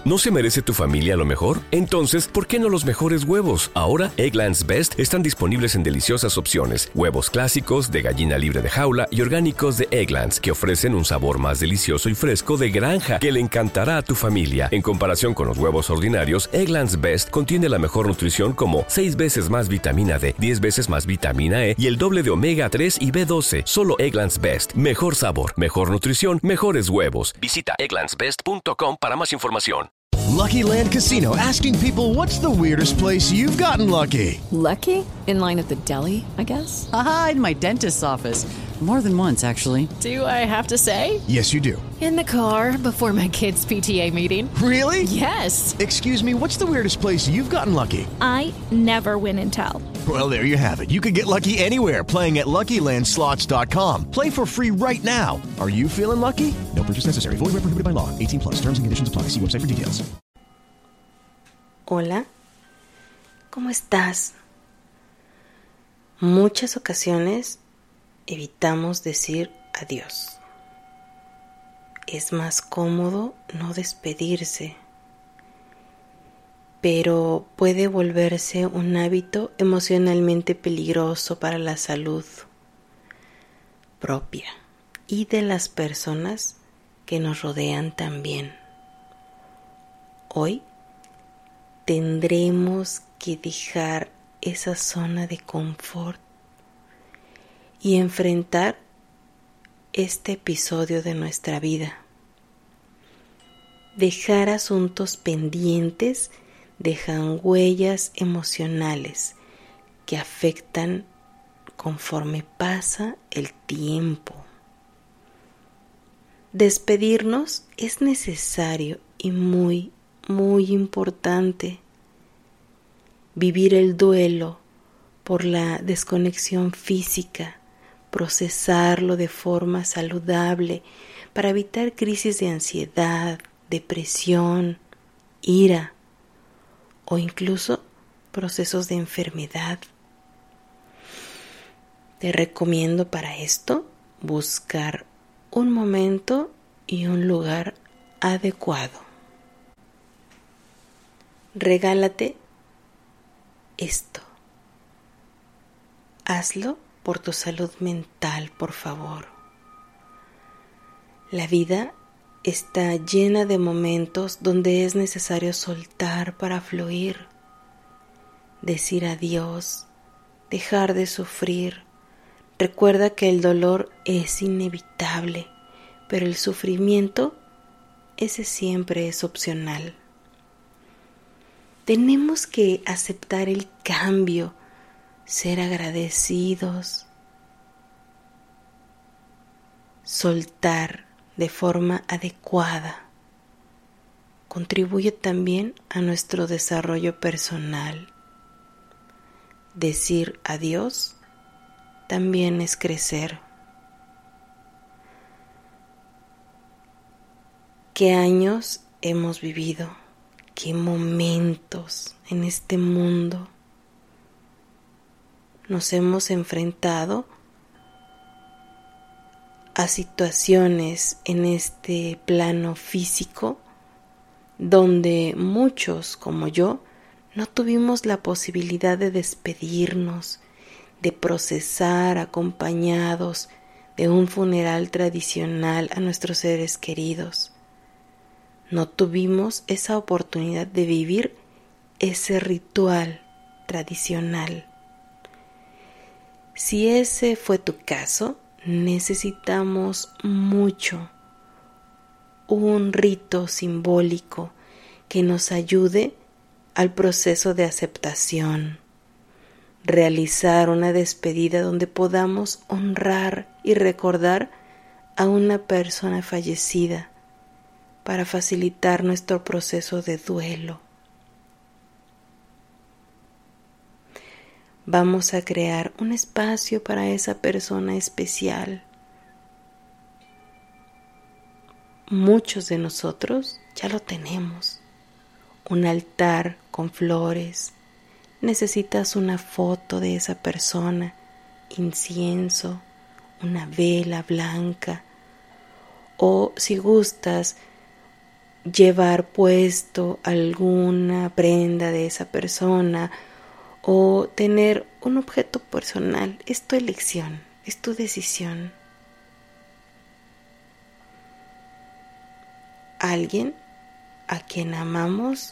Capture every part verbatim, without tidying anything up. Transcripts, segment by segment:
¿No se merece tu familia lo mejor? Entonces, ¿por qué no los mejores huevos? Ahora, Eggland's Best están disponibles en deliciosas opciones. Huevos clásicos, de gallina libre de jaula y orgánicos de Eggland's, que ofrecen un sabor más delicioso y fresco de granja que le encantará a tu familia. En comparación con los huevos ordinarios, Eggland's Best contiene la mejor nutrición como seis veces más vitamina D, diez veces más vitamina E y el doble de omega tres y B doce. Solo Eggland's Best. Mejor sabor, mejor nutrición, mejores huevos. Visita egglands best punto com para más información. Lucky Land Casino, asking people, what's the weirdest place you've gotten lucky? Lucky? In line at the deli, I guess? Aha, in my dentist's office. More than once, actually. Do I have to say? Yes, you do. In the car before my kids' P T A meeting. Really? Yes. Excuse me, what's the weirdest place you've gotten lucky? I never win and tell. Well, there you have it. You can get lucky anywhere, playing at lucky land slots dot com. Play for free right now. Are you feeling lucky? No purchase necessary. Void where prohibited by law. eighteen plus. Terms and conditions apply. See website for details. Hola, ¿cómo estás? Muchas ocasiones evitamos decir adiós. Es más cómodo no despedirse, pero puede volverse un hábito emocionalmente peligroso para la salud propia y de las personas que nos rodean también. Hoy tendremos que dejar esa zona de confort y enfrentar este episodio de nuestra vida. Dejar asuntos pendientes dejan huellas emocionales que afectan conforme pasa el tiempo. Despedirnos es necesario y muy, muy importante. Vivir el duelo por la desconexión física, procesarlo de forma saludable para evitar crisis de ansiedad, depresión, ira o incluso procesos de enfermedad. Te recomiendo para esto buscar un momento y un lugar adecuado. Regálate esto. Hazlo por tu salud mental, por favor. La vida está llena de momentos donde es necesario soltar para fluir, decir adiós, dejar de sufrir. Recuerda que el dolor es inevitable, pero el sufrimiento, ese siempre es opcional. Tenemos que aceptar el cambio, ser agradecidos, soltar de forma adecuada. Contribuye también a nuestro desarrollo personal. Decir adiós también es crecer. ¿Qué años hemos vivido? ¿Qué momentos en este mundo nos hemos enfrentado a situaciones en este plano físico donde muchos, como yo, no tuvimos la posibilidad de despedirnos, de procesar acompañados de un funeral tradicional a nuestros seres queridos? No tuvimos esa oportunidad de vivir ese ritual tradicional. Si ese fue tu caso, necesitamos mucho un rito simbólico que nos ayude al proceso de aceptación. Realizar una despedida donde podamos honrar y recordar a una persona fallecida para facilitar nuestro proceso de duelo. Vamos a crear un espacio para esa persona especial. Muchos de nosotros ya lo tenemos. Un altar con flores. Necesitas una foto de esa persona, incienso, una vela blanca. O si gustas, llevar puesto alguna prenda de esa persona o tener un objeto personal. Es tu elección, es tu decisión. Alguien a quien amamos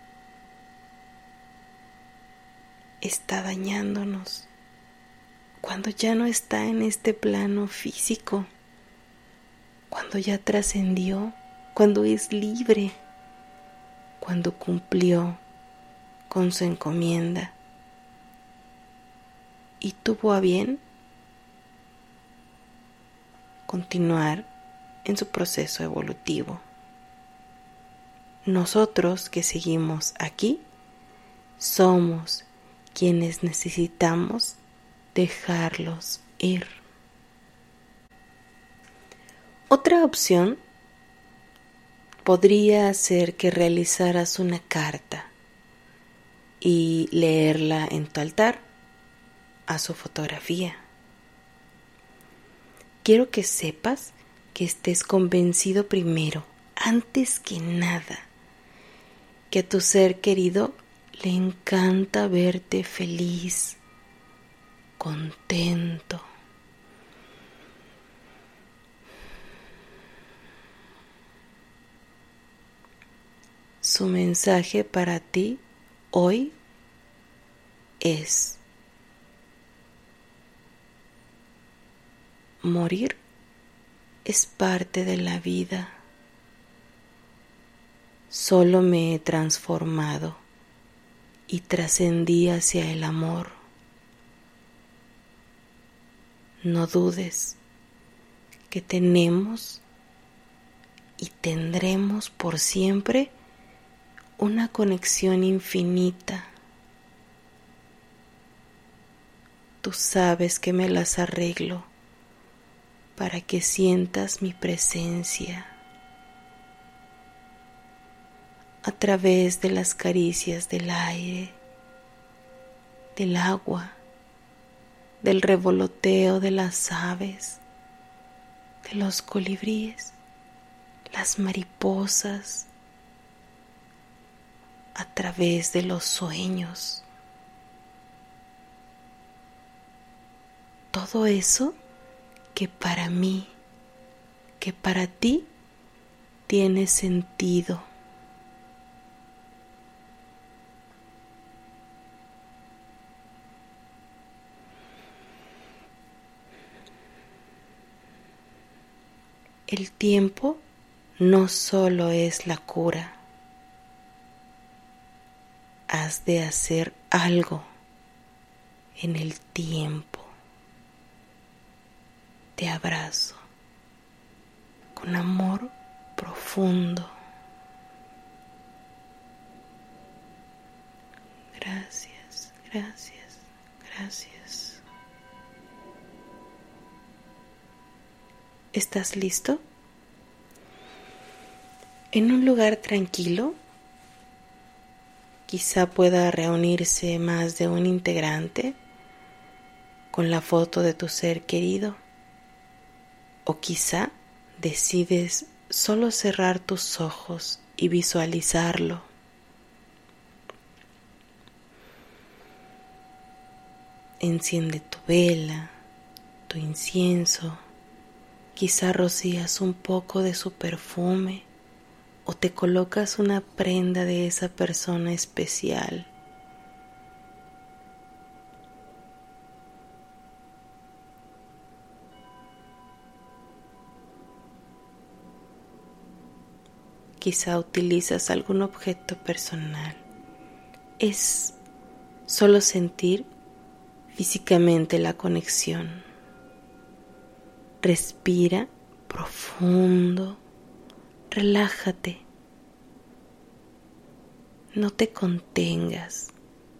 está dañándonos cuando ya no está en este plano físico, cuando ya trascendió, cuando es libre, cuando cumplió con su encomienda y tuvo a bien continuar en su proceso evolutivo. Nosotros que seguimos aquí somos quienes necesitamos dejarlos ir. Otra opción podría ser que realizaras una carta y leerla en tu altar a su fotografía. Quiero que sepas que estés convencido primero, antes que nada, que a tu ser querido le encanta verte feliz, contento. Su mensaje para ti hoy es: morir es parte de la vida. Solo me he transformado y trascendí hacia el amor. No dudes que tenemos y tendremos por siempre una conexión infinita. Tú sabes que me las arreglo para que sientas mi presencia a través de las caricias del aire, del agua, del revoloteo de las aves, de los colibríes, las mariposas, a través de los sueños. Todo eso que para mí, que para ti tiene sentido. El tiempo no solo es la cura. Has de hacer algo en el tiempo. Te abrazo con amor profundo. Gracias, gracias, gracias. ¿Estás listo? En un lugar tranquilo, quizá pueda reunirse más de un integrante con la foto de tu ser querido. O quizá decides solo cerrar tus ojos y visualizarlo. Enciende tu vela, tu incienso. Quizá rocías un poco de su perfume o te colocas una prenda de esa persona especial. Quizá utilizas algún objeto personal. Es solo sentir físicamente la conexión. Respira profundo, relájate, no te contengas,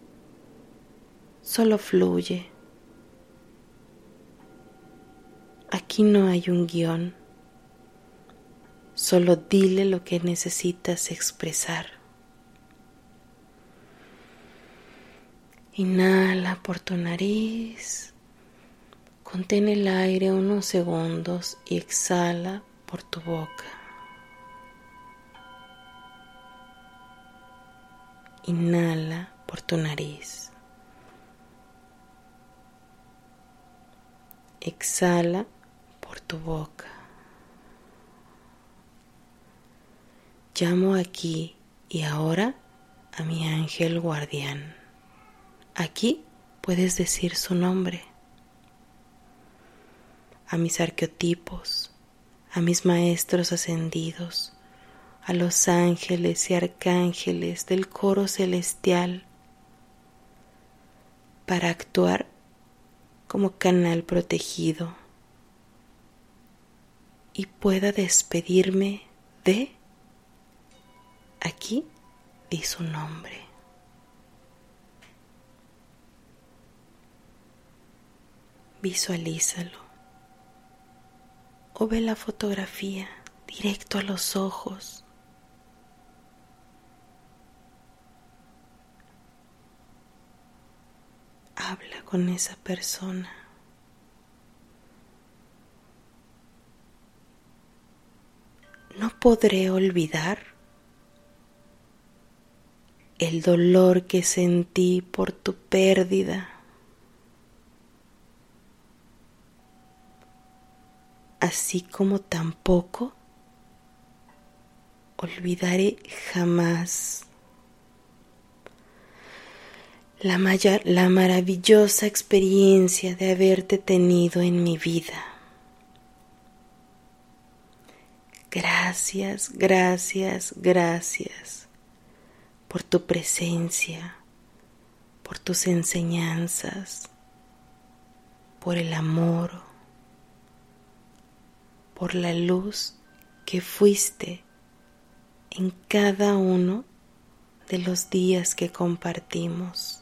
solo fluye. Aquí no hay un guión, solo dile lo que necesitas expresar. Inhala por tu nariz. Contén el aire unos segundos y exhala por tu boca. Inhala por tu nariz. Exhala por tu boca. Llamo aquí y ahora a mi ángel guardián. Aquí puedes decir su nombre. A mis arquetipos, a mis maestros ascendidos, a los ángeles y arcángeles del coro celestial, para actuar como canal protegido y pueda despedirme de, aquí di su nombre. Visualízalo o ve la fotografía directo a los ojos. Habla con esa persona. No podré olvidar el dolor que sentí por tu pérdida. Así como tampoco olvidaré jamás la, maya- la maravillosa experiencia de haberte tenido en mi vida. Gracias, gracias, gracias por tu presencia, por tus enseñanzas, por el amor, por la luz que fuiste en cada uno de los días que compartimos.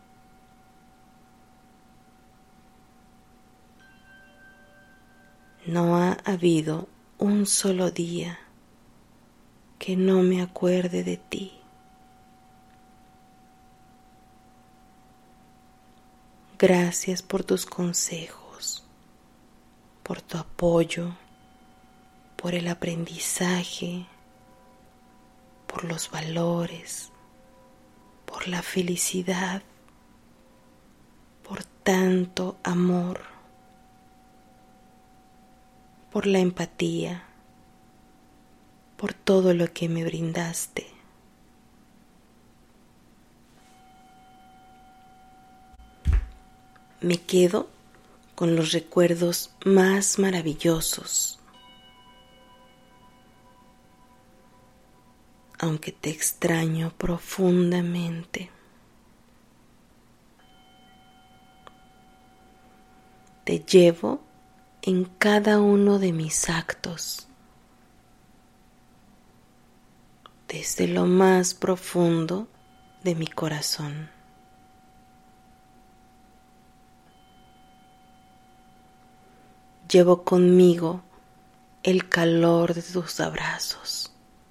No ha habido un solo día que no me acuerde de ti. Gracias por tus consejos, por tu apoyo, por el aprendizaje, por los valores, por la felicidad, por tanto amor, por la empatía, por todo lo que me brindaste. Me quedo con los recuerdos más maravillosos. Aunque te extraño profundamente. Te llevo en cada uno de mis actos, desde lo más profundo de mi corazón. Llevo conmigo el calor de tus abrazos.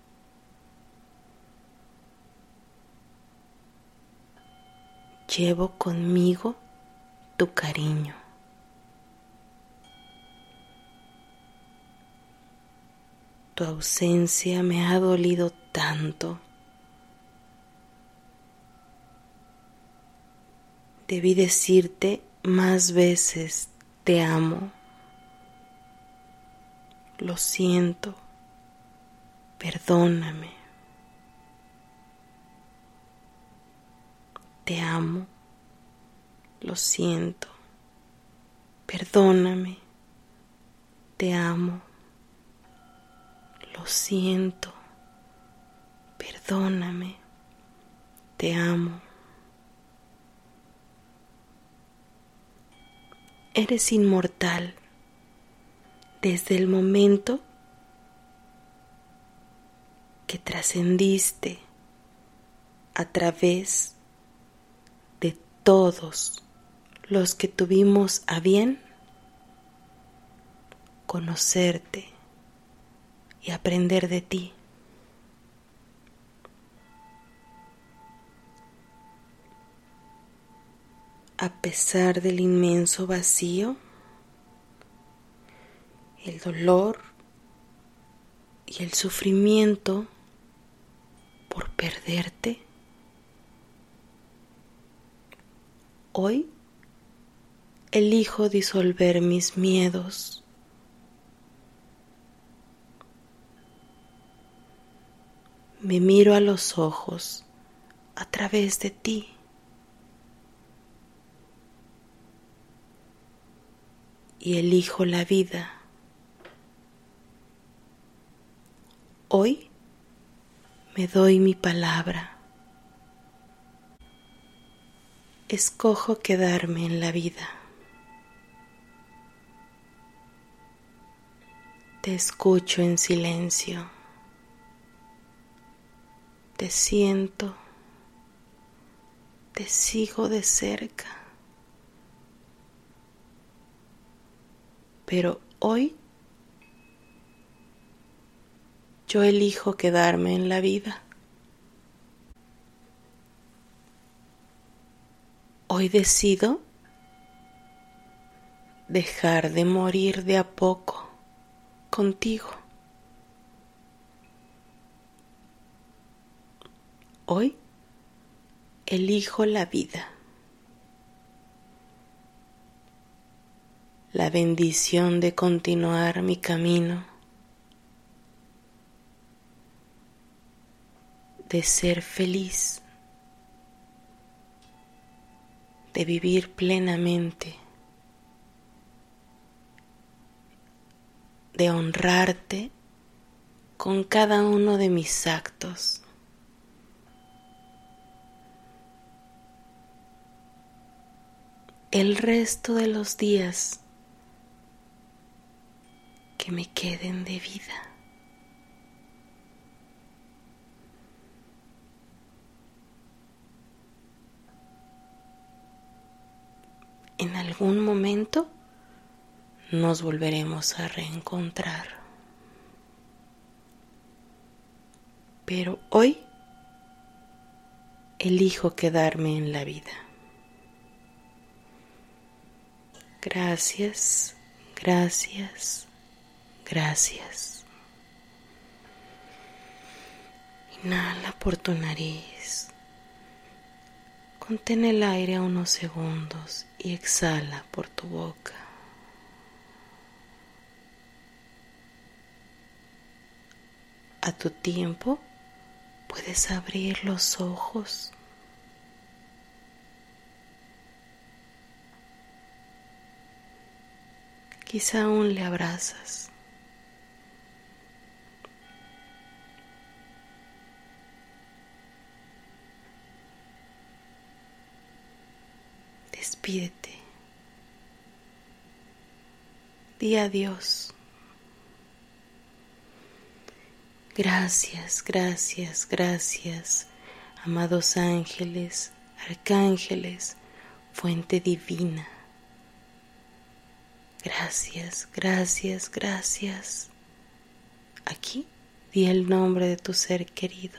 Llevo conmigo tu cariño. Tu ausencia me ha dolido tanto. Debí decirte más veces te amo. Lo siento. Perdóname. Te amo. Lo siento. Perdóname. Te amo. Lo siento. Perdóname. Te amo. Eres inmortal desde el momento que trascendiste a través de todos los que tuvimos a bien conocerte y aprender de ti. A pesar del inmenso vacío, el dolor y el sufrimiento por perderte, Hoy elijo disolver mis miedos. Me miro a los ojos a través de ti. Y elijo la vida. Hoy me doy mi palabra. Escojo quedarme en la vida. Te escucho en silencio. Te siento. Te sigo de cerca. Pero hoy yo elijo quedarme en la vida. Hoy decido dejar de morir de a poco contigo. Hoy elijo la vida. La bendición de continuar mi camino, de ser feliz, de vivir plenamente, de honrarte con cada uno de mis actos. El resto de los días que me queden de vida. En algún momento nos volveremos a reencontrar. Pero hoy elijo quedarme en la vida. Gracias, gracias, gracias. Inhala por tu nariz. Contén el aire a unos segundos y exhala por tu boca. A tu tiempo puedes abrir los ojos. Quizá aún le abrazas. Despídete. Di adiós. Gracias, gracias, gracias, amados ángeles, arcángeles, fuente divina. Gracias, gracias, gracias. Aquí di el nombre de tu ser querido.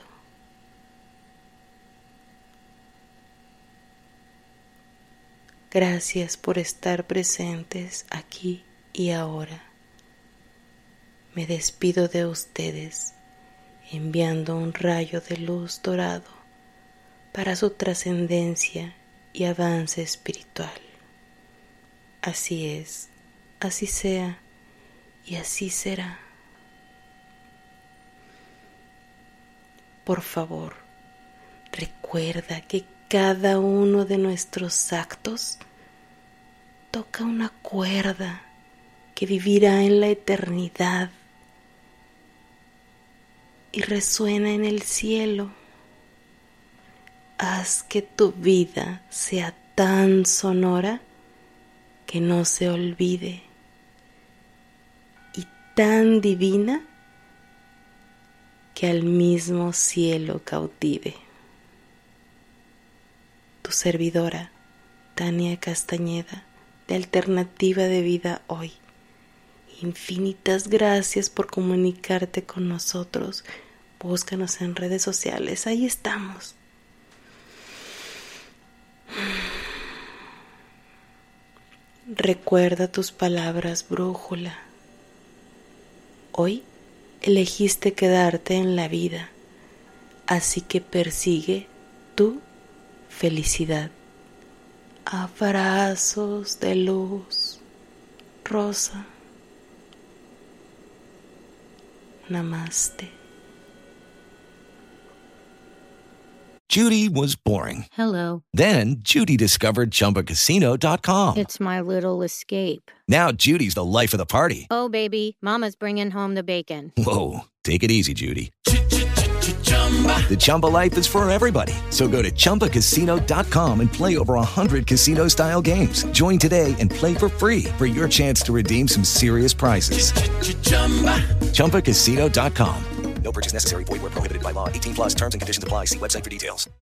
Gracias por estar presentes aquí y ahora. Me despido de ustedes, enviando un rayo de luz dorado para su trascendencia y avance espiritual. Así es, así sea y así será. Por favor, recuerda que cada uno de nuestros actos toca una cuerda que vivirá en la eternidad y resuena en el cielo. Haz que tu vida sea tan sonora que no se olvide y tan divina que al mismo cielo cautive. Tu servidora, Tania Castañeda, de Alternativa de Vida Hoy. Infinitas gracias por comunicarte con nosotros. Búscanos en redes sociales, ahí estamos. Recuerda tus palabras brújula. Hoy elegiste quedarte en la vida, así que persigue tu felicidad. abrazos de luz rosa. Namaste. Judy was boring. Hello. Then Judy discovered Chumba Casino dot com. It's my little escape. Now Judy's the life of the party. Oh, baby, mama's bringing home the bacon. Whoa, take it easy, Judy. The Chumba life is for everybody. So go to Chumba Casino dot com and play over one hundred casino-style games. Join today and play for free for your chance to redeem some serious prizes. Chumba Casino dot com. No purchase necessary. Void where prohibited by law. eighteen plus terms and conditions apply. See website for details.